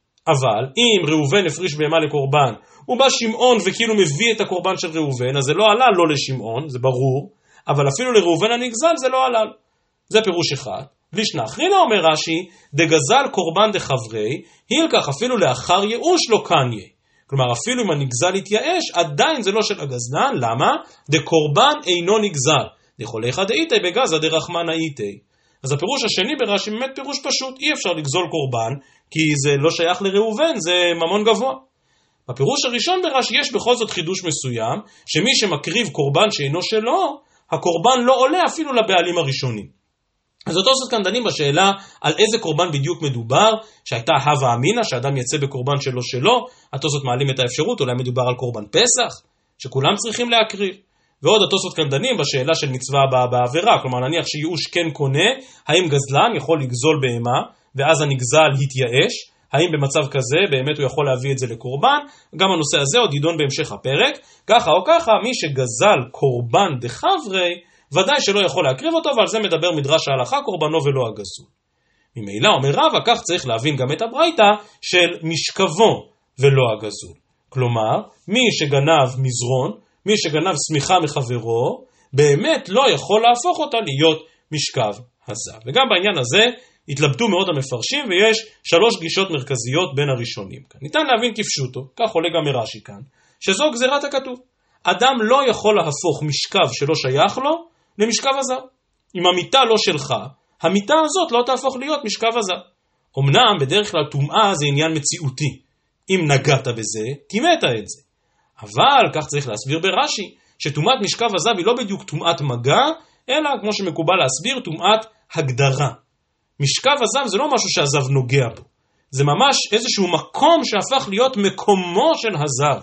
אבל אם ראובן הפריש בהמה לקורבן, הוא בא שמעון וכאילו מביא את הקורבן של ראובן, אז זה לא עלה לא לשמעון, זה ברור, אבל אפילו לראובן הנגזל זה לא עלה. זה פירוש אחד. לישנח, הנה אומר רש"י, דגזל קורבן דחברי, הילקח אפילו לאחר ייאוש לא קניה. כלומר, אפילו אם הנגזל יתייאש, עדיין זה לא של הגזלן. למה? דקורבן אינו נגזל. דכוליך דאיתי בגזה דרחמנא איתי. אז הפירוש השני ברש"י באמת פירוש פשוט. אי אפשר לגזול קורבן, כי זה לא שייך לראובן, זה ממון גבוה. בפירוש הראשון ברש"י יש בכל זאת חידוש מסוים, שמי שמקריב קורבן שאינו שלו, הקורבן לא עולה אפילו לבעלים הראשונים. אז התוספות כאן דנים בשאלה על איזה קורבן בדיוק מדובר, שהייתה הווה אמינא, שאדם יצא בקורבן שלו, התוספות מעלים את האפשרות, אולי מדובר על קורבן פסח, שכולם צריכים להקריב. ועוד התוספות כאן דנים בשאלה של מצווה הבאה בעבירה, כלומר נניח שייאוש כן קונה, האם גזלן יכול לגזול בהמה, ואז הנגזל התייאש, האם במצב כזה באמת הוא יכול להביא את זה לקורבן, גם הנושא הזה עוד יידון בהמשך הפרק, ככה או ככה, מי שגזל קורבן דחברי, ודאי שלא יכול להקריב אותו, ועל זה מדבר מדרש ההלכה, קורבנו ולא הגזול. ממילא אומר רבא, כך צריך להבין גם את הברייתא של משכבו ולא הגזול. כלומר, מי שגנב מזרון, מי שגנב סמיכה מחברו, באמת לא יכול להפוך אותה להיות משכב הזר. וגם בעניין הזה התלבטו מאוד המפרשים, ויש 3 גישות מרכזיות בין הראשונים. ניתן להבין כפשוטו, כך עולה גם מרש"י כאן, שזו גזירת הכתוב. אדם לא יכול להפוך משכב שלא שייך לו למשכב הזר. אם המיטה לא שלך, המיטה הזאת לא תהפוך להיות משכב הזר. אמנם בדרך כלל טומאה זה עניין מציאותי. אם נגעת בזה, טימאת את זה. אבל כך צריך להסביר ברש"י, שטומאת משכב הזר היא לא בדיוק טומאת מגע, אלא כמו שמקובל להסביר, טומאת הגדרה. משכב הזר זה לא משהו שהזר נוגע בו. זה ממש איזשהו מקום שהפך להיות מקומו של הזר.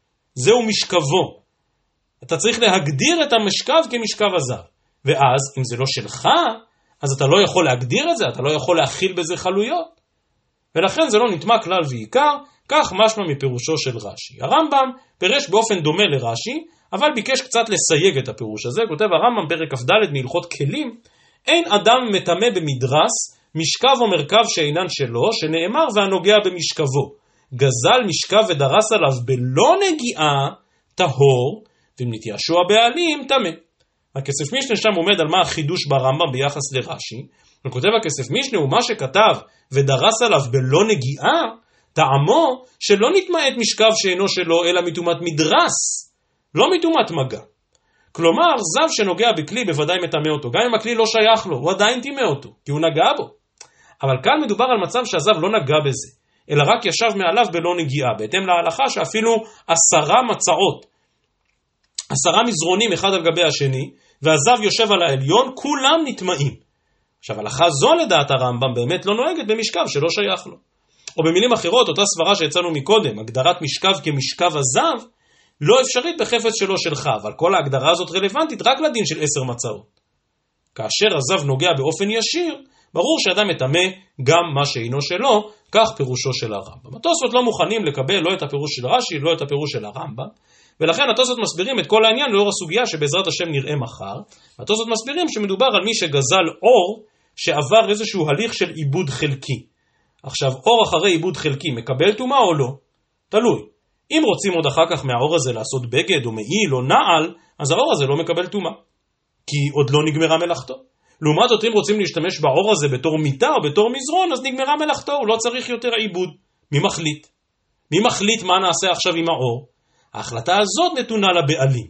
זהו משכבו. אתה צריך להגדיר את המשכב כמשכב הזר. ואז, אם זה לא שלך, אז אתה לא יכול להגדיר את זה, אתה לא יכול להכיל בזה חלויות. ולכן זה לא נטמע כלל ועיקר, כך משמע מפירושו של רש"י. הרמב"ם פירש באופן דומה לרש"י, אבל ביקש קצת לסייג את הפירוש הזה. כותב הרמב"ם פרק כ"ד מהלכות כלים, אין אדם מטמא במדרס, משכב או מרכב שאינן שלו, שנאמר והנוגע במשכבו. גזל משכב ודרס עליו בלא נגיעה, טהור, ואם נתייאשו הבעלים, טמא. הכסף משנה שם עומד על מה החידוש ברמב"ם ביחס לרש"י, וכותב הכסף משנה הוא מה שכתב ודרס עליו בלא נגיעה, טעמו שלא נטמא את משכב שאינו שלו אלא מטומאת מדרס, לא מטומאת מגע. כלומר, זב שנוגע בכלי בוודאי מטמא אותו, גם אם הכלי לא שייך לו, הוא עדיין טימא אותו, כי הוא נגע בו. אבל כאן מדובר על מצב שהזב לא נגע בזה, אלא רק ישב מעליו בלא נגיעה, בהתאם להלכה שאפילו 10 מצעות, 10 מזרונים אחד על גבי השני, והזב יושב על העליון, כולם נטמאים. עכשיו, הלכה זו לדעת הרמב"ם באמת לא נוהגת במשכב שלא שייך לו. או במילים אחרות, אותה סברה שיצאנו מקודם, הגדרת משכב כמשכב הזב, לא אפשרית בחפץ שלו שלך, אבל כל ההגדרה הזאת רלוונטית רק לדין של 10 מצעות. כאשר הזב נוגע באופן ישיר, ברור שאדם מטמא גם מה שאינו שלו, כך פירושו של הרמב"ם. התוספות לא מוכנים לקבל לא את הפירוש של רש"י, לא את הפירוש של הרמב"ם, ולכן התוספות מסבירים את כל העניין לאור הסוגיה שבעזרת השם נראה מחר. התוספות מסבירים שמדובר על מי שגזל אור שעבר איזשהו הליך של עיבוד חלקי. עכשיו, אור אחרי עיבוד חלקי מקבל טומאה או לא? תלוי. אם רוצים עוד אחר כך מהאור הזה לעשות בגד או מעיל או נעל, אז האור הזה לא מקבל טומאה, כי עוד לא נגמרה מלאכתו. לעומת זאת, אם רוצים להשתמש באור הזה בתור מיטה או בתור מזרון, אז נגמרה מלאכתו, הוא לא צריך יותר עיבוד. מי מחליט? מי מחליט מה נעשה עכשיו עם האור? ההחלטה הזאת נתונה לבעלים.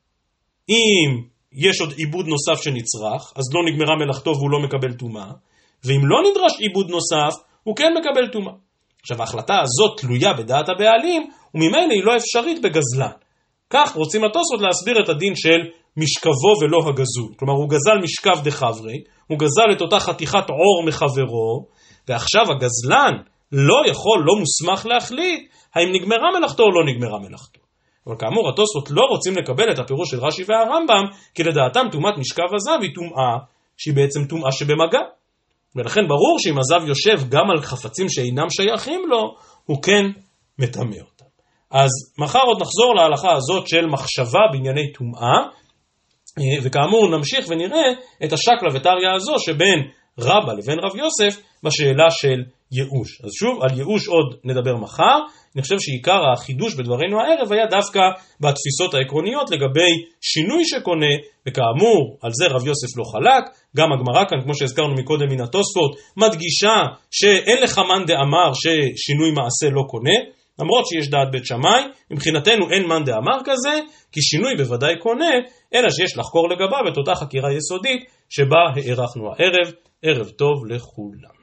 אם יש עוד עיבוד נוסף שנצרך, אז לא נגמרה מלאכתו והוא לא מקבל טומאה, ואם לא נדרש עיבוד נוסף, הוא כן מקבל טומאה. עכשיו, ההחלטה הזאת תלויה בדעת הבעלים, וממילא היא לא אפשרית בגזלן. כך רוצים התוספות להסביר את הדין של משכבו ולא הגזול. כלומר, הוא גזל משכב דחברי, הוא גזל את אותה חתיכת עור מחברו, ועכשיו הגזלן לא יכול, לא מוסמך להחליט האם נגמרה מלאכתו או לא נגמרה מלאכתו. אבל כאמור, התוספות לא רוצים לקבל את הפירוש של רש"י והרמב"ם, כי לדעתם טומאת משכב הזב היא טומאה שהיא בעצם טומאה שבמגע. ולכן ברור שאם הזב יושב גם על חפצים שאינם שייכים לו, הוא כן מטמא אותם. אז מחר עוד נחזור להלכה הזאת של מחשבה בענייני טומאה, וכאמור נמשיך ונראה את השקלא וטריא הזו שבין רבא לבין רב יוסף בשאלה של ייאוש. אז שוב, על ייאוש עוד נדבר מחר. אני חושב שעיקר החידוש בדברנו הערב היה דווקא בתפיסות העקרוניות לגבי שינוי שקונה, וכאמור על זה רב יוסף לא חלק. גם הגמרא כאן, כמו שהזכרנו מקודם מן התוספות, מדגישה שאין לך מאן דאמר ששינוי מעשה לא קונה, למרות שיש דעת בית שמאי, מבחינתנו אין מאן דאמר כזה, כי שינוי בוודאי קונה, אלא שיש לחקור לגביו את אותה חקירה יסודית שבה הארכנו הערב. ערב טוב לכולם.